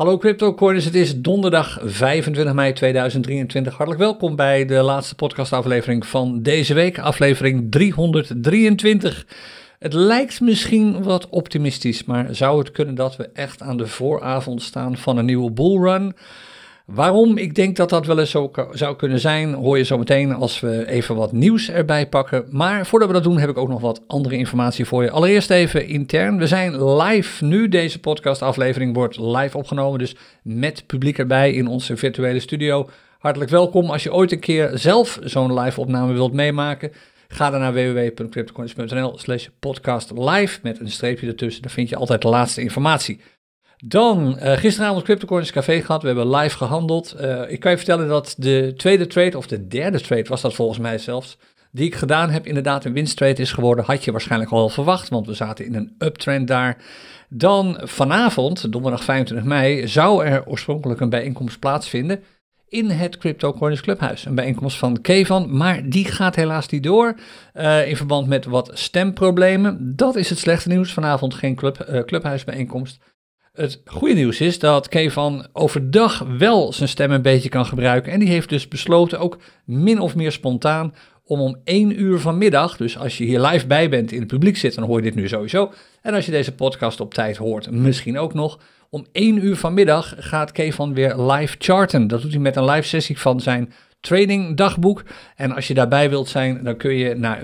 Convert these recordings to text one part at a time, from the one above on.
Hallo CryptoCoiners, het is donderdag 25 mei 2023. Hartelijk welkom bij de laatste podcastaflevering van deze week, aflevering 323. Het lijkt misschien wat optimistisch, maar zou het kunnen dat we echt aan de vooravond staan van een nieuwe bullrun? Waarom ik denk dat dat wel eens zo zou kunnen zijn, hoor je zo meteen als we even wat nieuws erbij pakken. Maar voordat we dat doen, heb ik ook nog wat andere informatie voor je. Allereerst even intern. We zijn live nu. Deze podcastaflevering wordt live opgenomen, dus met publiek erbij in onze virtuele studio. Hartelijk welkom. Als je ooit een keer zelf zo'n live opname wilt meemaken, ga dan naar www.cryptocoins.nl/podcastlive met een streepje ertussen. Daar vind je altijd de laatste informatie. Dan, gisteravond CryptoCoins Café gehad, we hebben live gehandeld. Ik kan je vertellen dat de tweede trade, of de derde trade was dat volgens mij zelfs, die ik gedaan heb, inderdaad een winsttrade is geworden. Had je waarschijnlijk al wel verwacht, want we zaten in een uptrend daar. Dan vanavond, donderdag 25 mei, zou er oorspronkelijk een bijeenkomst plaatsvinden in het CryptoCoins Clubhuis. Een bijeenkomst van Kevan, maar die gaat helaas niet door in verband met wat stemproblemen. Dat is het slechte nieuws, vanavond geen clubhuisbijeenkomst. Het goede nieuws is dat Kevan overdag wel zijn stem een beetje kan gebruiken. En die heeft dus besloten, ook min of meer spontaan, om 1 uur vanmiddag, dus als je hier live bij bent in het publiek zit, dan hoor je dit nu sowieso. En als je deze podcast op tijd hoort, misschien ook nog. Om 1 uur vanmiddag gaat Kevan weer live charten. Dat doet hij met een live sessie van zijn trading dagboek. En als je daarbij wilt zijn, dan kun je naar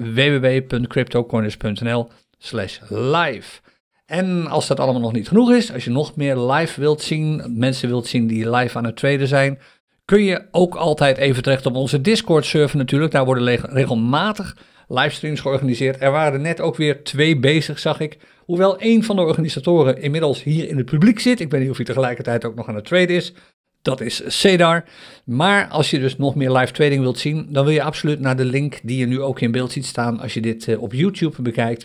www.cryptocoiners.nl/live. En als dat allemaal nog niet genoeg is, als je nog meer live wilt zien, mensen wilt zien die live aan het traden zijn, kun je ook altijd even terecht op onze Discord-server natuurlijk. Daar worden regelmatig livestreams georganiseerd. Er waren er net ook weer 2 bezig, zag ik. Hoewel 1 van de organisatoren inmiddels hier in het publiek zit. Ik weet niet of hij tegelijkertijd ook nog aan het traden is. Dat is Cedar. Maar als je dus nog meer live trading wilt zien, dan wil je absoluut naar de link die je nu ook in beeld ziet staan als je dit op YouTube bekijkt.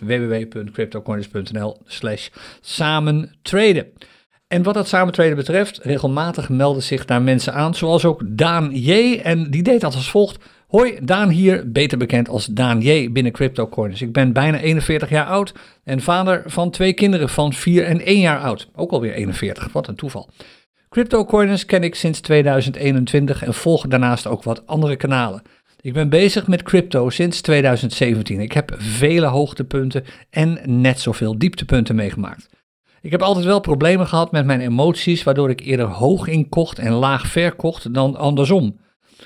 www.cryptocoiners.nl/samentraden. En wat dat samentraden betreft, regelmatig melden zich daar mensen aan, zoals ook Daan J. En die deed dat als volgt. Hoi, Daan hier, beter bekend als Daan J. binnen CryptoCoiners. Ik ben bijna 41 jaar oud en vader van 2 kinderen van 4 en 1 jaar oud. Ook alweer 41, wat een toeval. CryptoCoiners ken ik sinds 2021 en volg daarnaast ook wat andere kanalen. Ik ben bezig met crypto sinds 2017. Ik heb vele hoogtepunten en net zoveel dieptepunten meegemaakt. Ik heb altijd wel problemen gehad met mijn emoties, waardoor ik eerder hoog inkocht en laag verkocht dan andersom.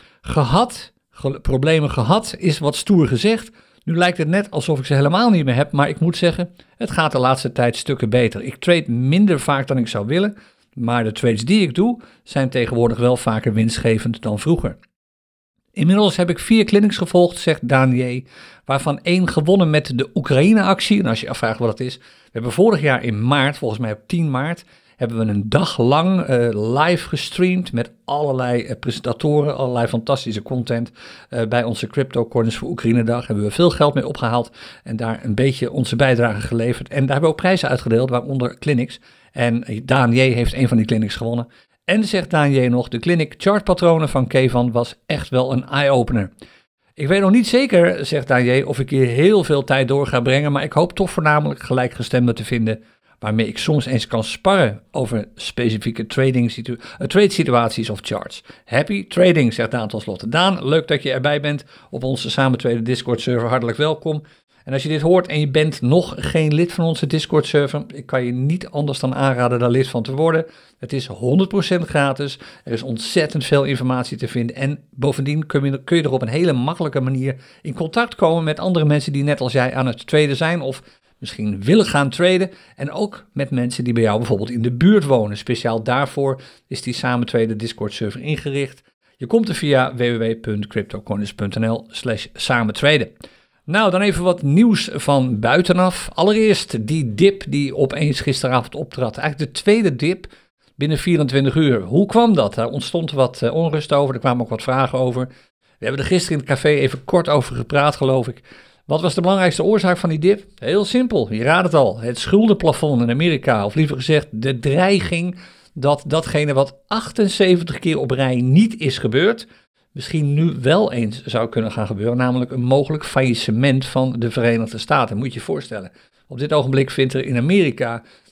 Problemen gehad is wat stoer gezegd. Nu lijkt het net alsof ik ze helemaal niet meer heb, maar ik moet zeggen, het gaat de laatste tijd stukken beter. Ik trade minder vaak dan ik zou willen, maar de trades die ik doe zijn tegenwoordig wel vaker winstgevend dan vroeger. Inmiddels heb ik 4 clinics gevolgd, zegt Daan J., waarvan 1 gewonnen met de Oekraïne-actie. En als je je afvraagt wat het is, we hebben vorig jaar in maart, volgens mij op 10 maart, hebben we een dag lang live gestreamd met allerlei presentatoren, allerlei fantastische content. Bij onze CryptoCoiners voor Oekraïne-dag hebben we veel geld mee opgehaald en daar een beetje onze bijdrage geleverd. En daar hebben we ook prijzen uitgedeeld, waaronder clinics. En Daan J. heeft 1 van die clinics gewonnen. En zegt Daan J. nog, de clinic chartpatronen van Kevan was echt wel een eye-opener. Ik weet nog niet zeker, zegt Daan J., of ik hier heel veel tijd door ga brengen, maar ik hoop toch voornamelijk gelijkgestemden te vinden, waarmee ik soms eens kan sparren over specifieke trade situaties of charts. Happy trading, zegt Daan tot slot. Daan, leuk dat je erbij bent op onze Samentraden Discord server, hartelijk welkom. En als je dit hoort en je bent nog geen lid van onze Discord server, ik kan je niet anders dan aanraden daar lid van te worden. Het is 100% gratis, er is ontzettend veel informatie te vinden en bovendien kun je er op een hele makkelijke manier in contact komen met andere mensen die net als jij aan het traden zijn of misschien willen gaan traden en ook met mensen die bij jou bijvoorbeeld in de buurt wonen. Speciaal daarvoor is die Samentraden Discord server ingericht. Je komt er via www.cryptocoiners.nl/samentraden. Nou, dan even wat nieuws van buitenaf. Allereerst die dip die opeens gisteravond optrad. Eigenlijk de tweede dip binnen 24 uur. Hoe kwam dat? Daar ontstond wat onrust over, er kwamen ook wat vragen over. We hebben er gisteren in het café even kort over gepraat, geloof ik. Wat was de belangrijkste oorzaak van die dip? Heel simpel, je raadt het al. Het schuldenplafond in Amerika, of liever gezegd de dreiging dat datgene wat 78 keer op rij niet is gebeurd, misschien nu wel eens zou kunnen gaan gebeuren, namelijk een mogelijk faillissement van de Verenigde Staten. Moet je je voorstellen. Op dit ogenblik vindt er in Amerika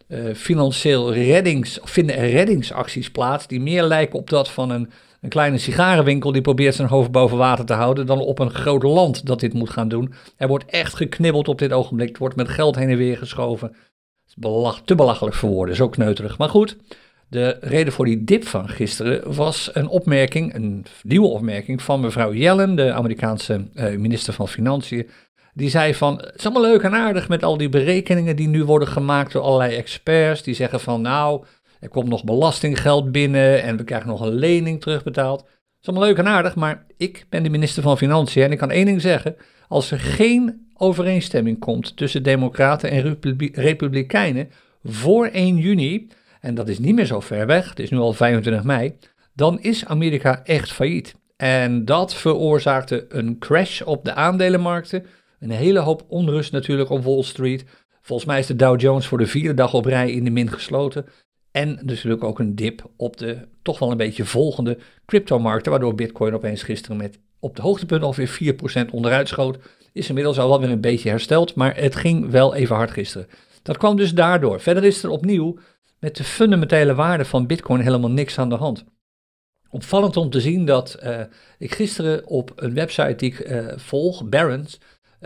financieel vinden er reddingsacties plaats die meer lijken op dat van een kleine sigarenwinkel die probeert zijn hoofd boven water te houden dan op een groot land dat dit moet gaan doen. Er wordt echt geknibbeld op dit ogenblik. Het wordt met geld heen en weer geschoven. Het is te belachelijk voor woorden, zo kneuterig. Maar goed, de reden voor die dip van gisteren was een nieuwe opmerking van mevrouw Yellen, de Amerikaanse minister van Financiën. Die zei van, het is allemaal leuk en aardig met al die berekeningen die nu worden gemaakt door allerlei experts. Die zeggen van, nou, er komt nog belastinggeld binnen en we krijgen nog een lening terugbetaald. Het is allemaal leuk en aardig, maar ik ben de minister van Financiën en ik kan één ding zeggen. Als er geen overeenstemming komt tussen democraten en republikeinen voor 1 juni, en dat is niet meer zo ver weg, het is nu al 25 mei, dan is Amerika echt failliet. En dat veroorzaakte een crash op de aandelenmarkten. Een hele hoop onrust natuurlijk op Wall Street. Volgens mij is de Dow Jones voor de 4e dag op rij in de min gesloten. En natuurlijk ook een dip op de toch wel een beetje volgende cryptomarkten, waardoor Bitcoin opeens gisteren met op de hoogtepunt alweer 4% onderuit schoot. Is inmiddels al wel weer een beetje hersteld, maar het ging wel even hard gisteren. Dat kwam dus daardoor. Verder is er opnieuw met de fundamentele waarde van Bitcoin helemaal niks aan de hand. Opvallend om te zien dat ik gisteren op een website die ik volg, Barron's,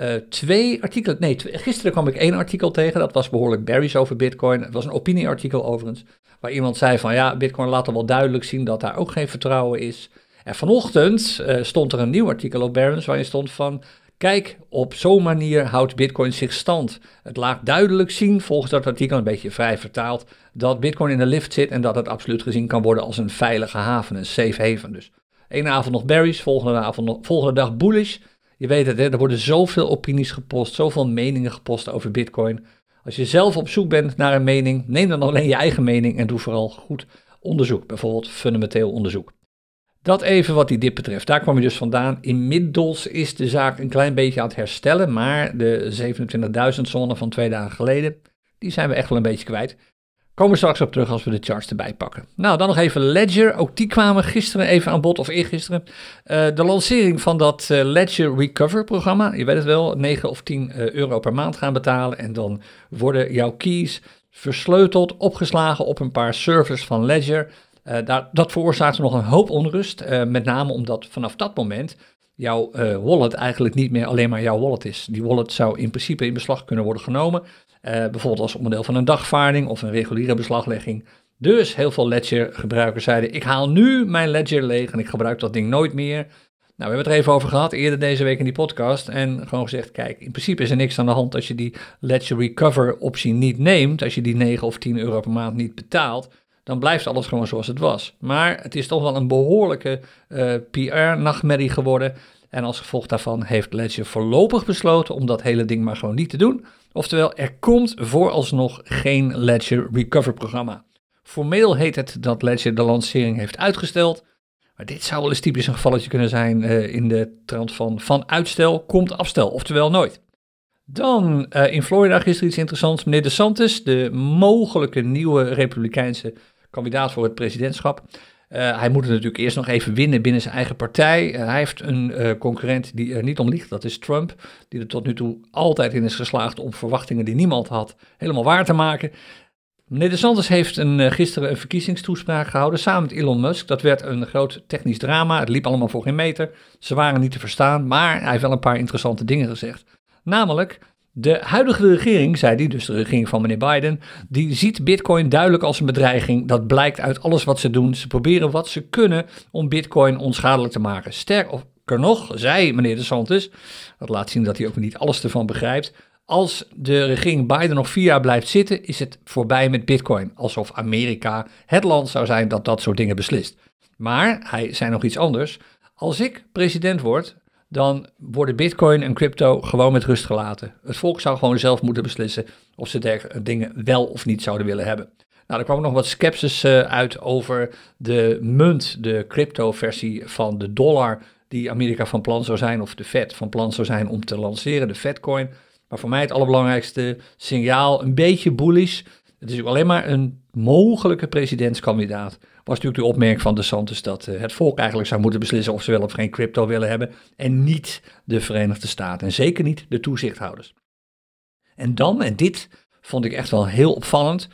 gisteren kwam ik 1 artikel tegen, dat was behoorlijk bearish over Bitcoin. Het was een opinieartikel overigens, waar iemand zei van ja, Bitcoin laat er wel duidelijk zien dat daar ook geen vertrouwen is. En vanochtend stond er een nieuw artikel op Barron's waarin stond van, kijk, op zo'n manier houdt Bitcoin zich stand. Het laat duidelijk zien, volgens dat artikel een beetje vrij vertaald, dat Bitcoin in de lift zit en dat het absoluut gezien kan worden als een veilige haven, een safe haven. Dus ene avond nog bearish, volgende dag bullish. Je weet het, hè, er worden zoveel opinies gepost, zoveel meningen gepost over Bitcoin. Als je zelf op zoek bent naar een mening, neem dan alleen je eigen mening en doe vooral goed onderzoek, bijvoorbeeld fundamenteel onderzoek. Dat even wat die dip betreft, daar kwam je dus vandaan. Inmiddels is de zaak een klein beetje aan het herstellen, maar de 27.000 zone van 2 dagen geleden, die zijn we echt wel een beetje kwijt. Komen we straks op terug als we de charts erbij pakken. Nou, dan nog even Ledger. Ook die kwamen gisteren even aan bod, of eergisteren. De lancering van dat Ledger Recover programma. Je weet het wel, 9 of 10 euro per maand gaan betalen. En dan worden jouw keys versleuteld, opgeslagen op een paar servers van Ledger. Dat veroorzaakte nog een hoop onrust. Met name omdat vanaf dat moment jouw wallet eigenlijk niet meer alleen maar jouw wallet is. Die wallet zou in principe in beslag kunnen worden genomen. Bijvoorbeeld als onderdeel van een dagvaarding of een reguliere beslaglegging. Dus heel veel Ledger-gebruikers zeiden, ik haal nu mijn Ledger leeg en ik gebruik dat ding nooit meer. Nou, we hebben het er even over gehad eerder deze week in die podcast en gewoon gezegd, kijk, in principe is er niks aan de hand als je die Ledger Recover optie niet neemt, als je die 9 of 10 euro per maand niet betaalt, dan blijft alles gewoon zoals het was. Maar het is toch wel een behoorlijke PR-nachtmerrie geworden. En als gevolg daarvan heeft Ledger voorlopig besloten om dat hele ding maar gewoon niet te doen. Oftewel, er komt vooralsnog geen Ledger Recover programma. Formeel heet het dat Ledger de lancering heeft uitgesteld. Maar dit zou wel eens typisch een gevalletje kunnen zijn in de trant van uitstel komt afstel. Oftewel nooit. Dan in Florida gisteren iets interessants. Meneer DeSantis, de mogelijke nieuwe republikeinse kandidaat voor het presidentschap. Hij moet het natuurlijk eerst nog even winnen binnen zijn eigen partij. Hij heeft een concurrent die er niet om liegt, dat is Trump. Die er tot nu toe altijd in is geslaagd om verwachtingen die niemand had helemaal waar te maken. Meneer DeSantis heeft gisteren een verkiezingstoespraak gehouden samen met Elon Musk. Dat werd een groot technisch drama. Het liep allemaal voor geen meter. Ze waren niet te verstaan, maar hij heeft wel een paar interessante dingen gezegd. Namelijk, de huidige regering, zei hij, dus de regering van meneer Biden, die ziet Bitcoin duidelijk als een bedreiging. Dat blijkt uit alles wat ze doen. Ze proberen wat ze kunnen om Bitcoin onschadelijk te maken. Sterker nog, zei meneer DeSantis, dat laat zien dat hij ook niet alles ervan begrijpt. Als de regering Biden nog 4 jaar blijft zitten, is het voorbij met Bitcoin. Alsof Amerika het land zou zijn dat dat soort dingen beslist. Maar hij zei nog iets anders. Als ik president word, dan worden Bitcoin en crypto gewoon met rust gelaten. Het volk zou gewoon zelf moeten beslissen of ze dergelijke dingen wel of niet zouden willen hebben. Nou, er kwam nog wat sceptisch uit over de munt, de crypto-versie van de dollar die Amerika van plan zou zijn, of de Fed van plan zou zijn om te lanceren, de Fedcoin. Maar voor mij het allerbelangrijkste signaal, een beetje bullish. Het is ook alleen maar een mogelijke presidentskandidaat. Was natuurlijk de opmerking van DeSantis dat het volk eigenlijk zou moeten beslissen of ze wel of geen crypto willen hebben. En niet de Verenigde Staten. En zeker niet de toezichthouders. En dan, en dit vond ik echt wel heel opvallend.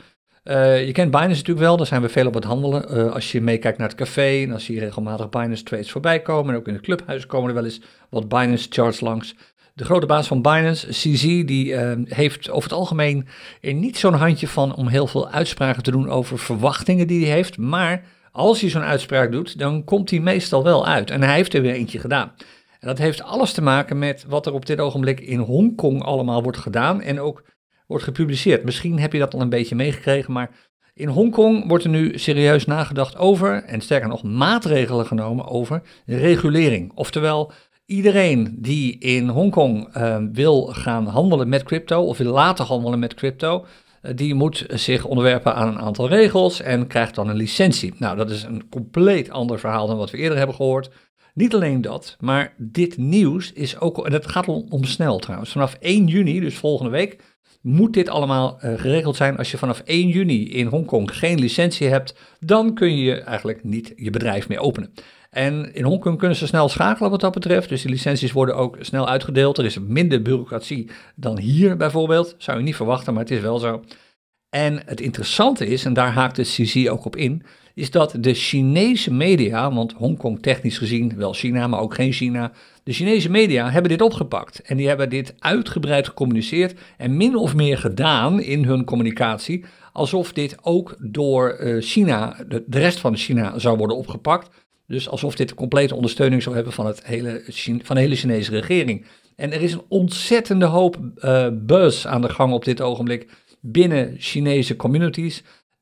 Je kent Binance natuurlijk wel, daar zijn we veel op het handelen. Als je meekijkt naar het café, dan zie je regelmatig Binance trades voorbij komen. En ook in het clubhuis komen er wel eens wat Binance charts langs. De grote baas van Binance, CZ, die heeft over het algemeen er niet zo'n handje van om heel veel uitspraken te doen over verwachtingen die hij heeft. Maar als hij zo'n uitspraak doet, dan komt hij meestal wel uit. En hij heeft er weer eentje gedaan. En dat heeft alles te maken met wat er op dit ogenblik in Hongkong allemaal wordt gedaan en ook wordt gepubliceerd. Misschien heb je dat al een beetje meegekregen, maar in Hongkong wordt er nu serieus nagedacht over, en sterker nog maatregelen genomen over regulering. Oftewel, iedereen die in Hongkong wil gaan handelen met crypto of wil laten handelen met crypto, die moet zich onderwerpen aan een aantal regels en krijgt dan een licentie. Nou, dat is een compleet ander verhaal dan wat we eerder hebben gehoord. Niet alleen dat, maar dit nieuws is ook, en het gaat om snel trouwens, vanaf 1 juni, dus volgende week, moet dit allemaal geregeld zijn. Als je vanaf 1 juni in Hongkong geen licentie hebt, dan kun je eigenlijk niet je bedrijf meer openen. En in Hongkong kunnen ze snel schakelen wat dat betreft, dus die licenties worden ook snel uitgedeeld. Er is minder bureaucratie dan hier bijvoorbeeld, zou je niet verwachten, maar het is wel zo. En het interessante is, en daar haakt het CZ ook op in, is dat de Chinese media, want Hongkong technisch gezien wel China, maar ook geen China, de Chinese media hebben dit opgepakt. En die hebben dit uitgebreid gecommuniceerd en min of meer gedaan in hun communicatie, alsof dit ook door China, de rest van China, zou worden opgepakt. Dus alsof dit complete ondersteuning zou hebben van, van de hele Chinese regering. En er is een ontzettende hoop buzz aan de gang op dit ogenblik binnen Chinese communities.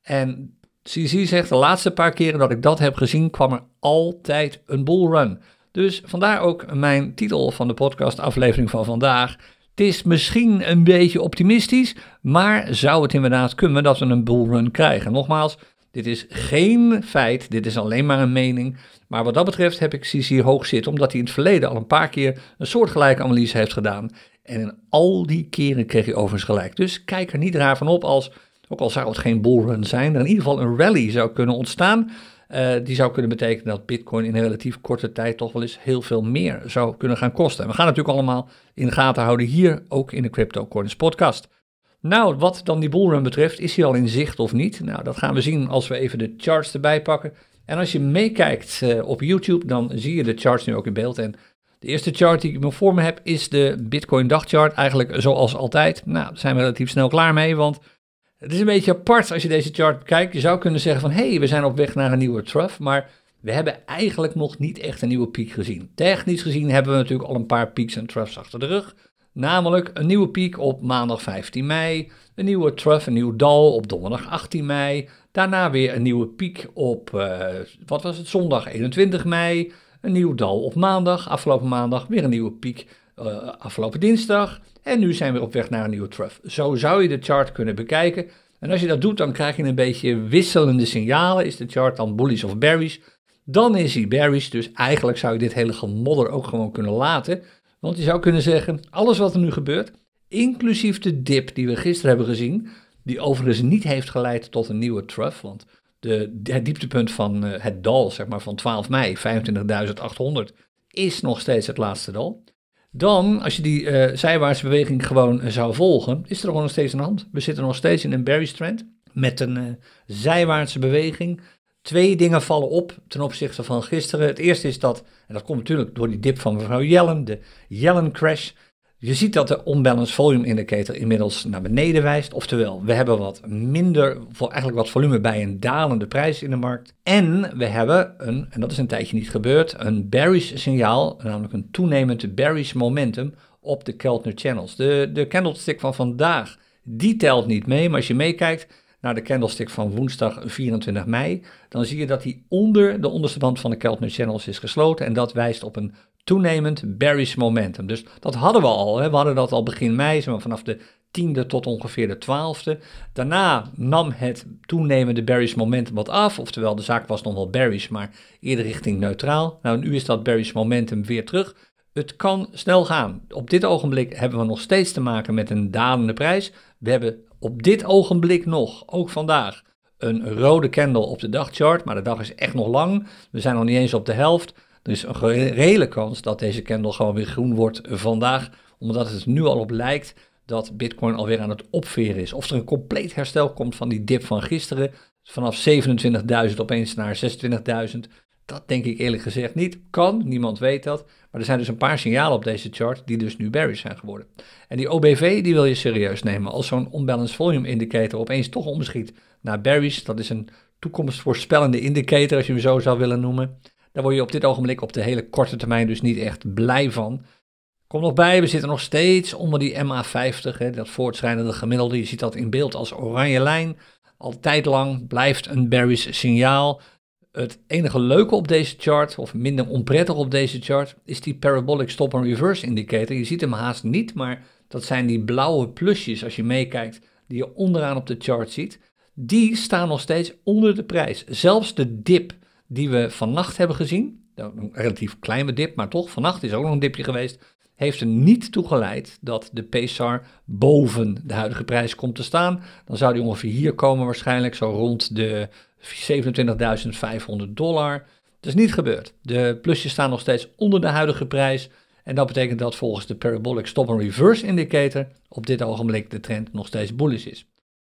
En CZ zegt, de laatste paar keren dat ik dat heb gezien, kwam er altijd een bullrun. Dus vandaar ook mijn titel van de podcastaflevering van vandaag. Het is misschien een beetje optimistisch, maar zou het inderdaad kunnen dat we een bullrun krijgen? Nogmaals, dit is geen feit, dit is alleen maar een mening. Maar wat dat betreft heb ik CZ hoog zitten, omdat hij in het verleden al een paar keer een soortgelijke analyse heeft gedaan. En in al die keren kreeg hij overigens gelijk. Dus kijk er niet raar van op als, ook al zou het geen bullrun zijn, er in ieder geval een rally zou kunnen ontstaan. Die zou kunnen betekenen dat Bitcoin in een relatief korte tijd toch wel eens heel veel meer zou kunnen gaan kosten. En we gaan natuurlijk allemaal in de gaten houden hier, ook in de Crypto Coins podcast. Nou, wat dan die bullrun betreft, is hij al in zicht of niet? Nou, dat gaan we zien als we even de charts erbij pakken. En als je meekijkt op YouTube, dan zie je de charts nu ook in beeld. En de eerste chart die ik voor me heb, is de Bitcoin dagchart. Eigenlijk zoals altijd. Nou, daar zijn we relatief snel klaar mee, want het is een beetje apart als je deze chart bekijkt. Je zou kunnen zeggen van, hey, we zijn op weg naar een nieuwe trough, maar we hebben eigenlijk nog niet echt een nieuwe piek gezien. Technisch gezien hebben we natuurlijk al een paar peaks en troughs achter de rug. Namelijk een nieuwe piek op maandag 15 mei, een nieuwe trough, een nieuw dal op donderdag 18 mei. Daarna weer een nieuwe piek op, zondag 21 mei. Een nieuw dal op maandag, afgelopen maandag weer een nieuwe piek afgelopen dinsdag. En nu zijn we op weg naar een nieuwe trough. Zo zou je de chart kunnen bekijken. En als je dat doet, dan krijg je een beetje wisselende signalen. Is de chart dan bullish of bearish? Dan is hij bearish, dus eigenlijk zou je dit hele gemodder ook gewoon kunnen laten. Want je zou kunnen zeggen, alles wat er nu gebeurt, inclusief de dip die we gisteren hebben gezien, die overigens niet heeft geleid tot een nieuwe trough, want het dieptepunt van het dal, zeg maar van 12 mei, 25.800, is nog steeds het laatste dal. Dan, als je die zijwaartse beweging gewoon zou volgen, is er gewoon nog steeds aan de hand. We zitten nog steeds in een bearish trend met een zijwaartse beweging. Twee dingen vallen op ten opzichte van gisteren. Het eerste is dat, en dat komt natuurlijk door die dip van mevrouw Yellen, de Yellen crash. Je ziet dat de unbalanced volume indicator inmiddels naar beneden wijst. Oftewel, we hebben wat minder, eigenlijk wat volume bij een dalende prijs in de markt. En we hebben en dat is een tijdje niet gebeurd, een bearish signaal, namelijk een toenemend bearish momentum op de Keltner channels. De candlestick van vandaag, die telt niet mee, maar als je meekijkt naar de candlestick van woensdag 24 mei, dan zie je dat die onder de onderste band van de Keltner channels is gesloten en dat wijst op een toenemend bearish momentum. Dus dat hadden we al. Hè. We hadden dat al begin mei, vanaf de 10e tot ongeveer de 12e. Daarna nam het toenemende bearish momentum wat af. Oftewel, de zaak was nog wel bearish, maar eerder richting neutraal. Nou, nu is dat bearish momentum weer terug. Het kan snel gaan. Op dit ogenblik hebben we nog steeds te maken met een dalende prijs. We hebben op dit ogenblik nog, ook vandaag, een rode candle op de dagchart. Maar de dag is echt nog lang. We zijn nog niet eens op de helft. Er is een reële kans dat deze candle gewoon weer groen wordt vandaag, omdat het nu al op lijkt dat Bitcoin alweer aan het opveren is. Of er een compleet herstel komt van die dip van gisteren, vanaf 27.000 opeens naar 26.000. Dat denk ik eerlijk gezegd niet. Kan, niemand weet dat. Maar er zijn dus een paar signalen op deze chart die dus nu bearish zijn geworden. En die OBV die wil je serieus nemen. Als zo'n unbalanced volume indicator opeens toch omschiet naar bearish, dat is een toekomstvoorspellende indicator als je hem zo zou willen noemen. Daar word je op dit ogenblik op de hele korte termijn dus niet echt blij van. Kom nog bij, we zitten nog steeds onder die MA50, hè, dat voortschrijdende gemiddelde. Je ziet dat in beeld als oranje lijn. Altijd lang blijft een bearish signaal. Het enige leuke op deze chart, of minder onprettig op deze chart, is die parabolic stop and reverse indicator. Je ziet hem haast niet, maar dat zijn die blauwe plusjes als je meekijkt, die je onderaan op de chart ziet. Die staan nog steeds onder de prijs. Zelfs de dip die we vannacht hebben gezien, een relatief kleine dip, maar toch, vannacht is ook nog een dipje geweest, heeft er niet toe geleid dat de PSAR boven de huidige prijs komt te staan. Dan zou die ongeveer hier komen waarschijnlijk, zo rond de $27.500. Dat is niet gebeurd. De plusjes staan nog steeds onder de huidige prijs. En dat betekent dat volgens de Parabolic Stop and Reverse Indicator op dit ogenblik de trend nog steeds bullish is.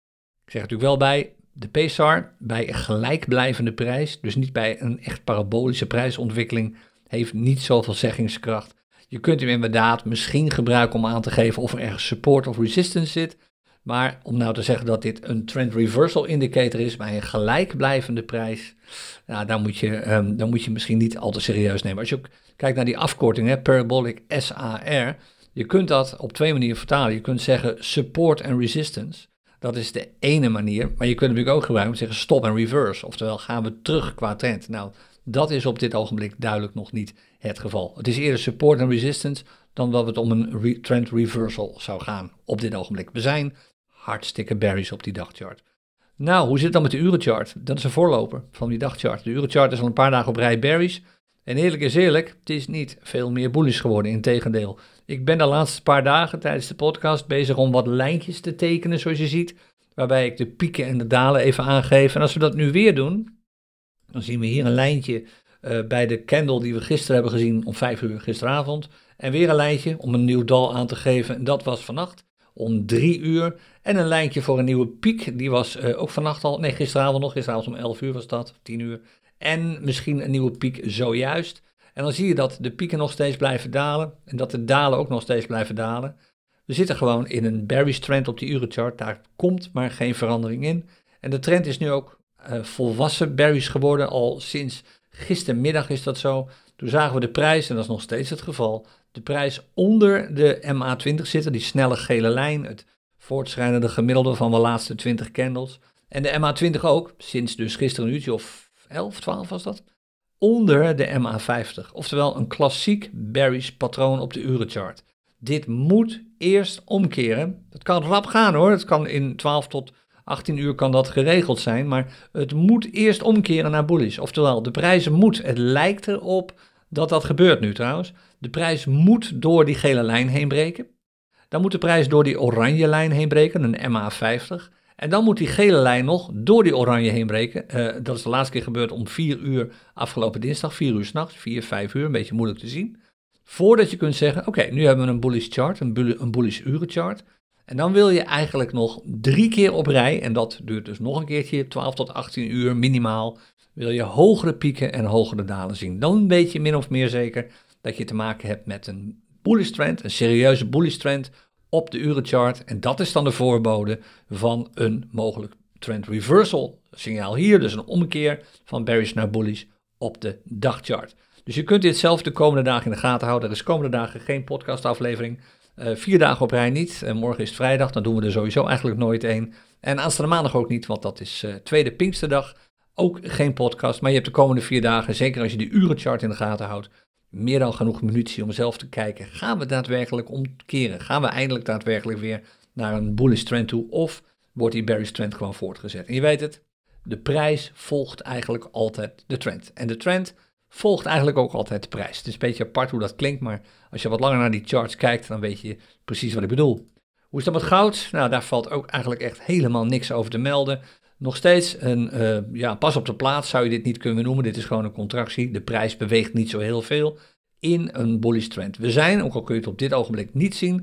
Ik zeg natuurlijk wel bij, de PSAR bij een gelijkblijvende prijs, dus niet bij een echt parabolische prijsontwikkeling, heeft niet zoveel zeggingskracht. Je kunt hem inderdaad misschien gebruiken om aan te geven of er ergens support of resistance zit. Maar om nou te zeggen dat dit een trend reversal indicator is bij een gelijkblijvende prijs, nou, dan moet je misschien niet al te serieus nemen. Als je ook kijkt naar die afkorting, hè, Parabolic SAR, je kunt dat op twee manieren vertalen. Je kunt zeggen support en resistance. Dat is de ene manier, maar je kunt natuurlijk ook gebruiken om te zeggen stop en reverse. Oftewel gaan we terug qua trend. Nou, dat is op dit ogenblik duidelijk nog niet het geval. Het is eerder support en resistance dan dat het om een trend reversal zou gaan op dit ogenblik. We zijn hartstikke bearish op die dagchart. Nou, hoe zit het dan met de urenchart? Dat is een voorloper van die dagchart. De urenchart is al een paar dagen op rij bearish. En eerlijk is eerlijk, het is niet veel meer bullish geworden, integendeel. Ik ben de laatste paar dagen tijdens de podcast bezig om wat lijntjes te tekenen, zoals je ziet, waarbij ik de pieken en de dalen even aangeef. En als we dat nu weer doen, dan zien we hier een lijntje bij de candle die we gisteren hebben gezien om 5 uur gisteravond. En weer een lijntje om een nieuw dal aan te geven. En dat was vannacht om 3 uur. En een lijntje voor een nieuwe piek. Die was ook vannacht al. Nee, gisteravond nog. Gisteravond om 11 uur was dat. 10 uur. En misschien een nieuwe piek zojuist. En dan zie je dat de pieken nog steeds blijven dalen. En dat de dalen ook nog steeds blijven dalen. We zitten gewoon in een bearish trend op die urenchart. Daar komt maar geen verandering in. En de trend is nu ook volwassen bearish geworden. Al sinds gistermiddag is dat zo. Toen zagen we de prijs, en dat is nog steeds het geval, de prijs onder de MA20 zitten, die snelle gele lijn, het voortschrijdende gemiddelde van de laatste 20 candles. En de MA20 ook, sinds dus gisteren een uurtje of 11, 12 was dat, onder de MA50. Oftewel een klassiek bearish patroon op de urenchart. Dit moet eerst omkeren. Het kan rap gaan hoor, het kan in 12 tot 18 uur kan dat geregeld zijn, maar het moet eerst omkeren naar bullish. Oftewel, de prijzen het lijkt erop dat dat gebeurt nu trouwens. De prijs moet door die gele lijn heen breken. Dan moet de prijs door die oranje lijn heen breken, een MA50. En dan moet die gele lijn nog door die oranje heen breken. Dat is de laatste keer gebeurd om 4 uur afgelopen dinsdag, 4 uur 's nachts, 4, 5 uur, een beetje moeilijk te zien. Voordat je kunt zeggen, oké, nu hebben we een bullish chart, een bullish urenchart. En dan wil je eigenlijk nog 3 keer op rij, en dat duurt dus nog een keertje, 12 tot 18 uur minimaal, wil je hogere pieken en hogere dalen zien. Dan weet je min of meer zeker dat je te maken hebt met een bullish trend, een serieuze bullish trend op de urenchart. En dat is dan de voorbode van een mogelijk trend reversal signaal hier, dus een omkeer van bearish naar bullish op de dagchart. Dus je kunt dit zelf de komende dagen in de gaten houden. Er is komende dagen geen podcastaflevering. 4 dagen op rij niet. Morgen is het vrijdag, dan doen we er sowieso eigenlijk nooit één. En aanstaande maandag ook niet, want dat is tweede Pinksterdag. Ook geen podcast, maar je hebt de komende 4 dagen, zeker als je de urenchart in de gaten houdt, meer dan genoeg munitie om zelf te kijken. Gaan we daadwerkelijk omkeren? Gaan we eindelijk daadwerkelijk weer naar een bullish trend toe? Of wordt die bearish trend gewoon voortgezet? En je weet het, de prijs volgt eigenlijk altijd de trend. En de trend volgt eigenlijk ook altijd de prijs. Het is een beetje apart hoe dat klinkt, maar als je wat langer naar die charts kijkt, dan weet je precies wat ik bedoel. Hoe is dat met goud? Nou, daar valt ook eigenlijk echt helemaal niks over te melden. Nog steeds een pas op de plaats zou je dit niet kunnen noemen. Dit is gewoon een contractie. De prijs beweegt niet zo heel veel in een bullish trend. We zijn, ook al kun je het op dit ogenblik niet zien,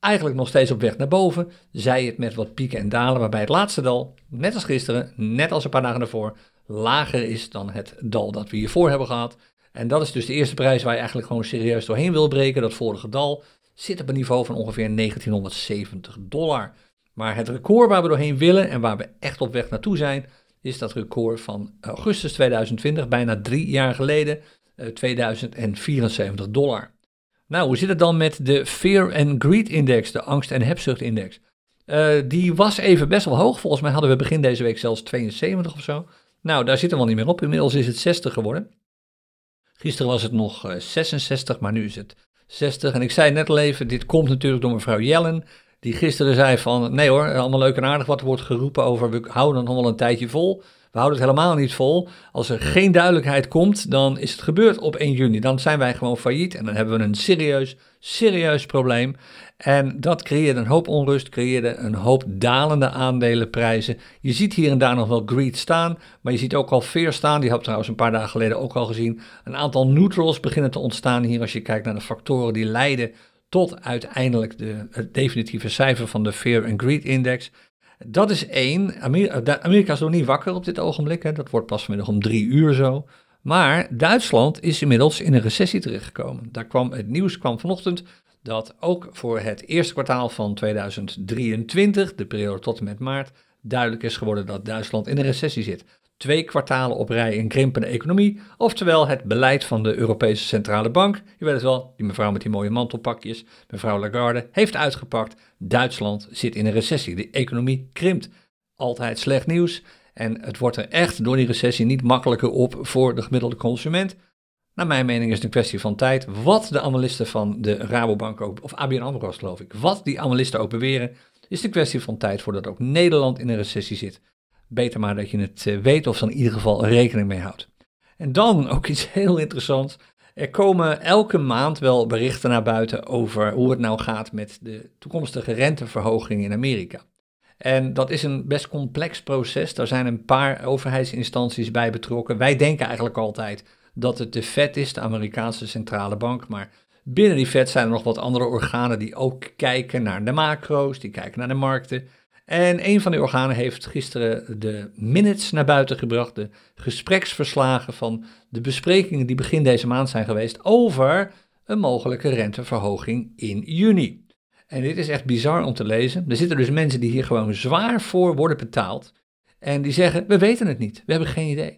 eigenlijk nog steeds op weg naar boven, zij het met wat pieken en dalen, waarbij het laatste dal, net als gisteren, net als een paar dagen daarvoor, lager is dan het dal dat we hiervoor hebben gehad. En dat is dus de eerste prijs waar je eigenlijk gewoon serieus doorheen wil breken. Dat vorige dal zit op een niveau van ongeveer $1970. Maar het record waar we doorheen willen en waar we echt op weg naartoe zijn, is dat record van augustus 2020, bijna 3 jaar geleden, $2074. Nou, hoe zit het dan met de Fear and Greed Index, de angst- en hebzucht-index? Die was even best wel hoog. Volgens mij hadden we begin deze week zelfs 72 of zo. Nou, daar zitten we al niet meer op. Inmiddels is het 60 geworden. Gisteren was het nog 66, maar nu is het 60. En ik zei net al even, dit komt natuurlijk door mevrouw Yellen, die gisteren zei van, nee hoor, allemaal leuk en aardig wat er wordt geroepen over, we houden het nog wel een tijdje vol. We houden het helemaal niet vol. Als er geen duidelijkheid komt, dan is het gebeurd op 1 juni. Dan zijn wij gewoon failliet en dan hebben we een serieus probleem. En dat creëerde een hoop onrust, creëerde een hoop dalende aandelenprijzen. Je ziet hier en daar nog wel greed staan, maar je ziet ook al fear staan. Die had ik trouwens een paar dagen geleden ook al gezien. Een aantal neutrals beginnen te ontstaan hier als je kijkt naar de factoren die leiden tot uiteindelijk het definitieve cijfer van de Fear and Greed Index. Dat is één. Amerika is nog niet wakker op dit ogenblik. Hè. Dat wordt pas vanmiddag om 3 uur zo. Maar Duitsland is inmiddels in een recessie terechtgekomen. Het nieuws kwam vanochtend dat ook voor het eerste kwartaal van 2023, de periode tot en met maart, duidelijk is geworden dat Duitsland in een recessie zit. 2 kwartalen op rij een krimpende economie, oftewel het beleid van de Europese Centrale Bank, je weet het wel, die mevrouw met die mooie mantelpakjes, mevrouw Lagarde, heeft uitgepakt. Duitsland zit in een recessie, de economie krimpt. Altijd slecht nieuws en het wordt er echt door die recessie niet makkelijker op voor de gemiddelde consument. Naar mijn mening is het een kwestie van tijd. Wat de analisten van de Rabobank ook, of ABN AMRO geloof ik, wat die analisten ook beweren, is het een kwestie van tijd voordat ook Nederland in een recessie zit. Beter maar dat je het weet of er in ieder geval rekening mee houdt. En dan ook iets heel interessants. Er komen elke maand wel berichten naar buiten over hoe het nou gaat met de toekomstige renteverhoging in Amerika. En dat is een best complex proces. Daar zijn een paar overheidsinstanties bij betrokken. Wij denken eigenlijk altijd dat het de Fed is, de Amerikaanse centrale bank. Maar binnen die Fed zijn er nog wat andere organen die ook kijken naar de macro's, die kijken naar de markten. En een van die organen heeft gisteren de minutes naar buiten gebracht, de gespreksverslagen van de besprekingen die begin deze maand zijn geweest over een mogelijke renteverhoging in juni. En dit is echt bizar om te lezen. Er zitten dus mensen die hier gewoon zwaar voor worden betaald en die zeggen, we weten het niet, we hebben geen idee.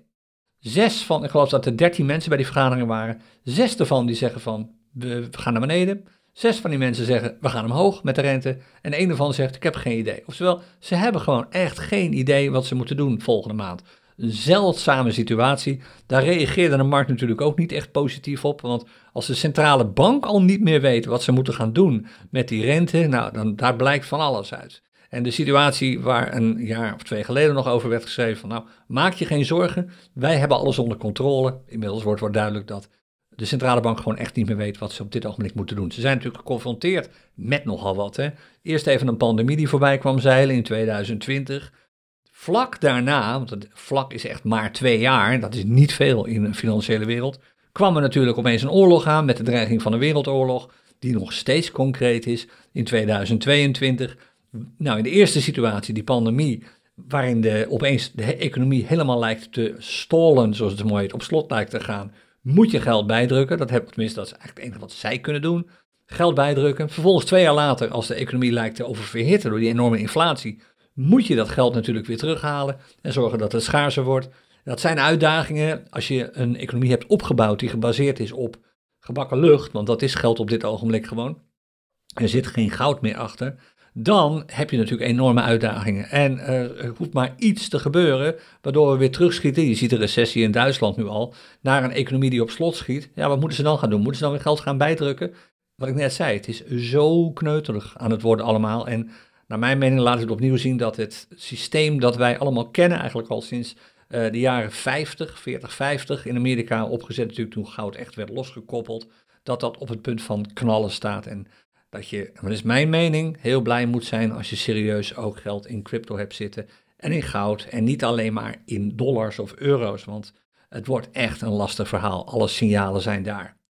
6 van, ik geloof dat er 13 mensen bij die vergadering waren, 6 ervan die zeggen van, we gaan naar beneden. 6 van die mensen zeggen, we gaan omhoog met de rente. En 1 ervan zegt, ik heb geen idee. Oftewel, ze hebben gewoon echt geen idee wat ze moeten doen volgende maand. Een zeldzame situatie. Daar reageerde de markt natuurlijk ook niet echt positief op. Want als de centrale bank al niet meer weet wat ze moeten gaan doen met die rente, nou, dan daar blijkt van alles uit. En de situatie waar een jaar of 2 geleden nog over werd geschreven van, nou, maak je geen zorgen, wij hebben alles onder controle. Inmiddels wordt duidelijk dat de centrale bank gewoon echt niet meer weet wat ze op dit ogenblik moeten doen. Ze zijn natuurlijk geconfronteerd met nogal wat. Hè. Eerst even een pandemie die voorbij kwam zeilen in 2020. Vlak daarna, want het vlak is echt maar 2 jaar, dat is niet veel in de financiële wereld, kwam er natuurlijk opeens een oorlog aan met de dreiging van een wereldoorlog, die nog steeds concreet is in 2022. Nou, in de eerste situatie, die pandemie, waarin opeens de economie helemaal lijkt te stallen, zoals het mooi heet, op slot lijkt te gaan, moet je geld bijdrukken. Dat is eigenlijk het enige wat zij kunnen doen. Geld bijdrukken. Vervolgens 2 jaar later, als de economie lijkt te oververhitten door die enorme inflatie, moet je dat geld natuurlijk weer terughalen en zorgen dat het schaarser wordt. Dat zijn uitdagingen als je een economie hebt opgebouwd die gebaseerd is op gebakken lucht, want dat is geld op dit ogenblik gewoon. Er zit geen goud meer achter. Dan heb je natuurlijk enorme uitdagingen. En er hoeft maar iets te gebeuren, waardoor we weer terugschieten. Je ziet de recessie in Duitsland nu al, naar een economie die op slot schiet. Ja, wat moeten ze dan gaan doen? Moeten ze dan weer geld gaan bijdrukken? Wat ik net zei, het is zo kneuterig aan het worden allemaal. En naar mijn mening laat het opnieuw zien dat het systeem dat wij allemaal kennen, eigenlijk al sinds de jaren 50 in Amerika opgezet, natuurlijk toen goud echt werd losgekoppeld, dat op het punt van knallen staat. En dat je, dat is mijn mening, heel blij moet zijn als je serieus ook geld in crypto hebt zitten en in goud en niet alleen maar in dollars of euro's, want het wordt echt een lastig verhaal. Alle signalen zijn daar.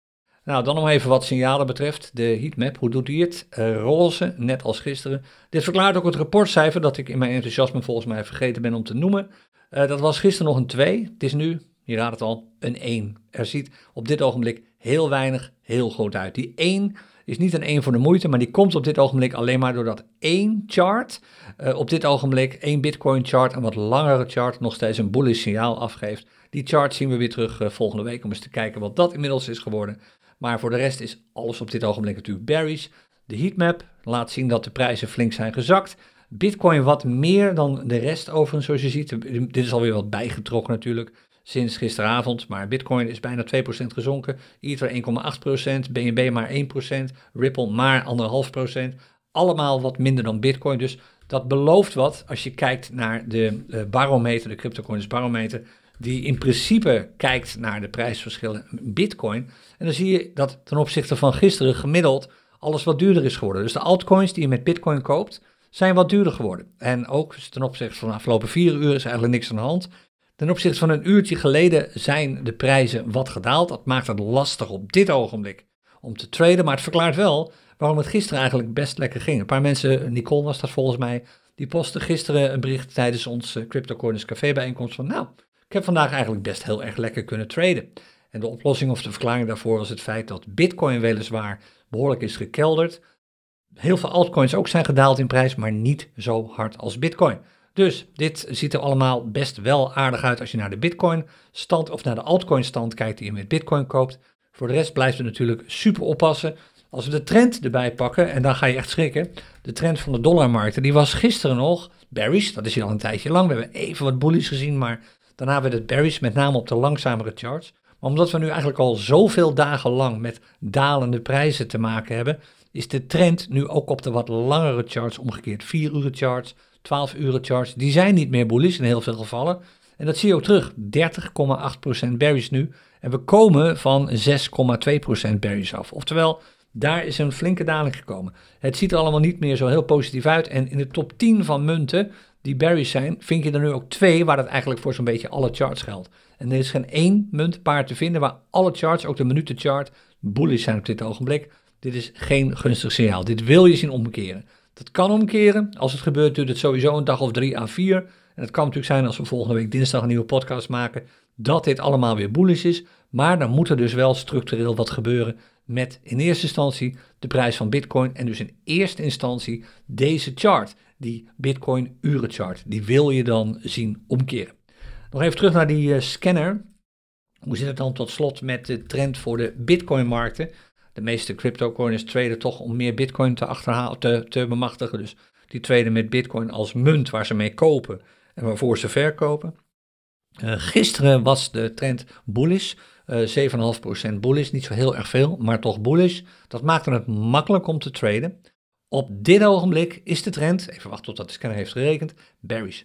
Nou, dan nog even wat signalen betreft. De heatmap, hoe doet hij het? Roze, net als gisteren. Dit verklaart ook het rapportcijfer dat ik in mijn enthousiasme volgens mij vergeten ben om te noemen. Dat was gisteren nog een 2. Het is nu, je raadt het al, een 1. Er ziet op dit ogenblik heel weinig heel goed uit. Die 1 is niet een 1 voor de moeite, maar die komt op dit ogenblik alleen maar doordat één chart op dit ogenblik, één Bitcoin chart, een wat langere chart, nog steeds een bullish signaal afgeeft. Die chart zien we weer terug volgende week om eens te kijken wat dat inmiddels is geworden. Maar voor de rest is alles op dit ogenblik natuurlijk bearish. De heatmap laat zien dat de prijzen flink zijn gezakt. Bitcoin wat meer dan de rest overigens, zoals je ziet. Dit is alweer wat bijgetrokken natuurlijk sinds gisteravond. Maar Bitcoin is bijna 2% gezonken. Ether 1,8%, BNB maar 1%, Ripple maar 1,5%. Allemaal wat minder dan Bitcoin. Dus dat belooft wat als je kijkt naar de barometer, de CryptoCoins barometer, die in principe kijkt naar de prijsverschillen Bitcoin. En dan zie je dat ten opzichte van gisteren gemiddeld alles wat duurder is geworden. Dus de altcoins die je met Bitcoin koopt, zijn wat duurder geworden. En ook ten opzichte van de afgelopen 4 uur is eigenlijk niks aan de hand. Ten opzichte van een uurtje geleden zijn de prijzen wat gedaald. Dat maakt het lastig op dit ogenblik om te traden. Maar het verklaart wel waarom het gisteren eigenlijk best lekker ging. Een paar mensen, Nicole was dat volgens mij, die postte gisteren een bericht tijdens onze CryptoCoins Café bijeenkomst van ik heb vandaag eigenlijk best heel erg lekker kunnen traden. En de oplossing of de verklaring daarvoor was het feit dat Bitcoin weliswaar behoorlijk is gekelderd. Heel veel altcoins ook zijn gedaald in prijs, maar niet zo hard als Bitcoin. Dus dit ziet er allemaal best wel aardig uit als je naar de Bitcoin stand of naar de altcoin stand kijkt die je met Bitcoin koopt. Voor de rest blijft het natuurlijk super oppassen. Als we de trend erbij pakken, en dan ga je echt schrikken. De trend van de dollarmarkten, die was gisteren nog bearish. Dat is hier al een tijdje lang. We hebben even wat bullish gezien, maar daarna werd het bearish, met name op de langzamere charts. Maar omdat we nu eigenlijk al zoveel dagen lang met dalende prijzen te maken hebben, is de trend nu ook op de wat langere charts omgekeerd. 4-uren charts, 12-uren charts, die zijn niet meer bullish in heel veel gevallen. En dat zie je ook terug, 30,8% bearish nu. En we komen van 6,2% bearish af. Oftewel, daar is een flinke daling gekomen. Het ziet er allemaal niet meer zo heel positief uit. En in de top 10 van munten die bearish zijn, vind je er nu ook 2 waar dat eigenlijk voor zo'n beetje alle charts geldt. En er is geen één muntpaar te vinden waar alle charts, ook de minutenchart, bullish zijn op dit ogenblik. Dit is geen gunstig signaal. Dit wil je zien omkeren. Dat kan omkeren. Als het gebeurt, duurt het sowieso een dag of 3 à 4. En het kan natuurlijk zijn als we volgende week dinsdag een nieuwe podcast maken, dat dit allemaal weer bullish is. Maar dan moet er dus wel structureel wat gebeuren met in eerste instantie de prijs van Bitcoin en dus in eerste instantie deze chart, die Bitcoin urenchart. Die wil je dan zien omkeren. Nog even terug naar die scanner. Hoe zit het dan tot slot met de trend voor de Bitcoin-markten? De meeste cryptocoins traden toch om meer Bitcoin te bemachtigen. Dus die traden met Bitcoin als munt waar ze mee kopen en waarvoor ze verkopen. Gisteren was de trend bullish, 7,5% bullish, niet zo heel erg veel, maar toch bullish. Dat maakte het makkelijk om te traden. Op dit ogenblik is de trend, even wachten tot dat de scanner heeft gerekend, bearish,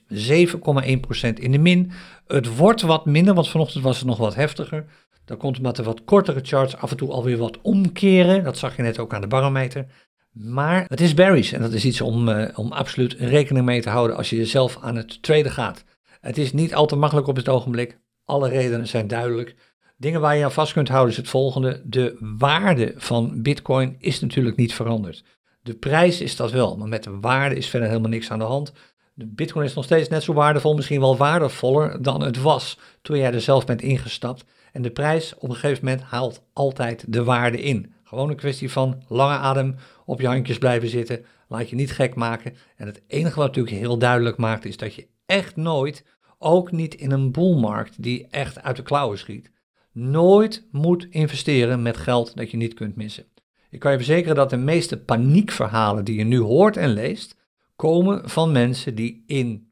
7,1% in de min. Het wordt wat minder, want vanochtend was het nog wat heftiger. Dat komt omdat er wat kortere charts af en toe alweer wat omkeren. Dat zag je net ook aan de barometer. Maar het is bearish en dat is iets om absoluut rekening mee te houden als je jezelf aan het traden gaat. Het is niet al te makkelijk op het ogenblik. Alle redenen zijn duidelijk. Dingen waar je aan vast kunt houden is het volgende. De waarde van Bitcoin is natuurlijk niet veranderd. De prijs is dat wel, maar met de waarde is verder helemaal niks aan de hand. De Bitcoin is nog steeds net zo waardevol, misschien wel waardevoller dan het was toen jij er zelf bent ingestapt. En de prijs op een gegeven moment haalt altijd de waarde in. Gewoon een kwestie van lange adem, op je handjes blijven zitten, laat je niet gek maken. En het enige wat natuurlijk heel duidelijk maakt is dat je echt nooit, ook niet in een bullmarkt die echt uit de klauwen schiet, nooit moet investeren met geld dat je niet kunt missen. Ik kan je verzekeren dat de meeste paniekverhalen die je nu hoort en leest, komen van mensen die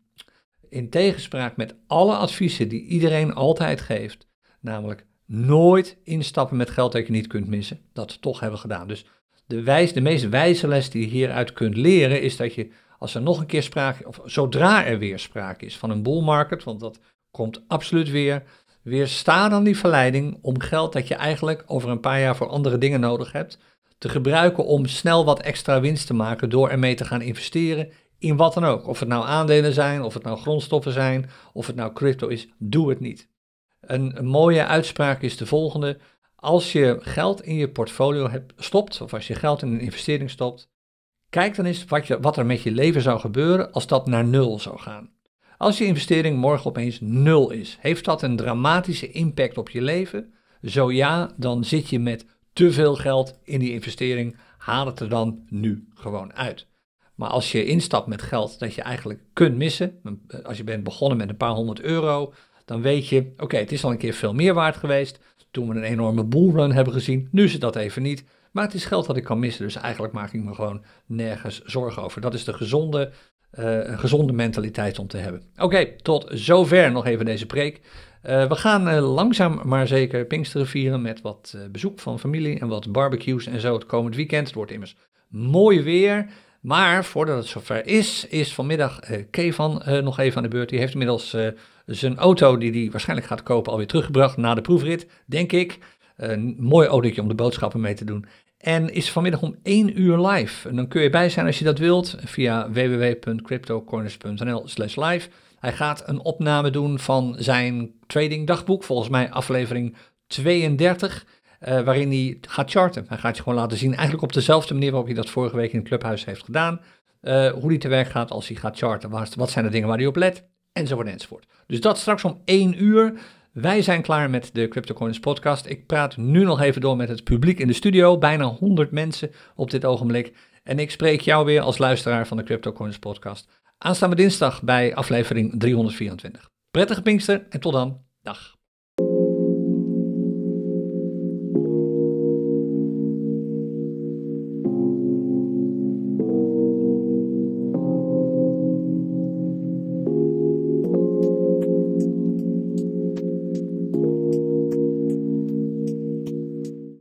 in tegenspraak met alle adviezen die iedereen altijd geeft, namelijk nooit instappen met geld dat je niet kunt missen, dat toch hebben gedaan. Dus de meest wijze les die je hieruit kunt leren is dat je, als er nog een keer zodra er weer sprake is van een bull market, want dat komt absoluut weer, weersta dan die verleiding om geld dat je eigenlijk over een paar jaar voor andere dingen nodig hebt, te gebruiken om snel wat extra winst te maken door ermee te gaan investeren in wat dan ook. Of het nou aandelen zijn, of het nou grondstoffen zijn, of het nou crypto is, doe het niet. Een mooie uitspraak is de volgende: Als je geld in je portfolio stopt, of als je geld in een investering stopt, kijk dan eens wat er met je leven zou gebeuren als dat naar 0 zou gaan. Als je investering morgen opeens 0 is, heeft dat een dramatische impact op je leven? Zo ja, dan zit je met te veel geld in die investering, haal het er dan nu gewoon uit. Maar als je instapt met geld dat je eigenlijk kunt missen, als je bent begonnen met een paar €100, dan weet je, oké, het is al een keer veel meer waard geweest. Toen we een enorme bullrun hebben gezien, nu is het dat even niet. Maar het is geld dat ik kan missen, dus eigenlijk maak ik me gewoon nergens zorgen over. Dat is de gezonde mentaliteit om te hebben. Oké, tot zover nog even deze preek. We gaan langzaam maar zeker Pinksteren vieren met wat bezoek van familie en wat barbecues en zo het komend weekend. Het wordt immers mooi weer. Maar voordat het zover is vanmiddag Kevan nog even aan de beurt. Die heeft inmiddels zijn auto die hij waarschijnlijk gaat kopen alweer teruggebracht na de proefrit, denk ik. Een mooi autootje om de boodschappen mee te doen. En is vanmiddag om 1 uur live. En dan kun je bij zijn als je dat wilt via www.cryptocorners.nl/live. Hij gaat een opname doen van zijn trading dagboek, volgens mij aflevering 32, waarin hij gaat charten. Hij gaat je gewoon laten zien, eigenlijk op dezelfde manier waarop hij dat vorige week in het clubhuis heeft gedaan, hoe hij te werk gaat als hij gaat charten. Wat zijn de dingen waar hij op let, enzovoort enzovoort. Dus dat straks om 1 uur. Wij zijn klaar met de CryptoCoins podcast. Ik praat nu nog even door met het publiek in de studio. Bijna 100 mensen op dit ogenblik. En ik spreek jou weer als luisteraar van de CryptoCoins podcast aanstaande dinsdag bij aflevering 324. Prettige Pinkster en tot dan. Dag.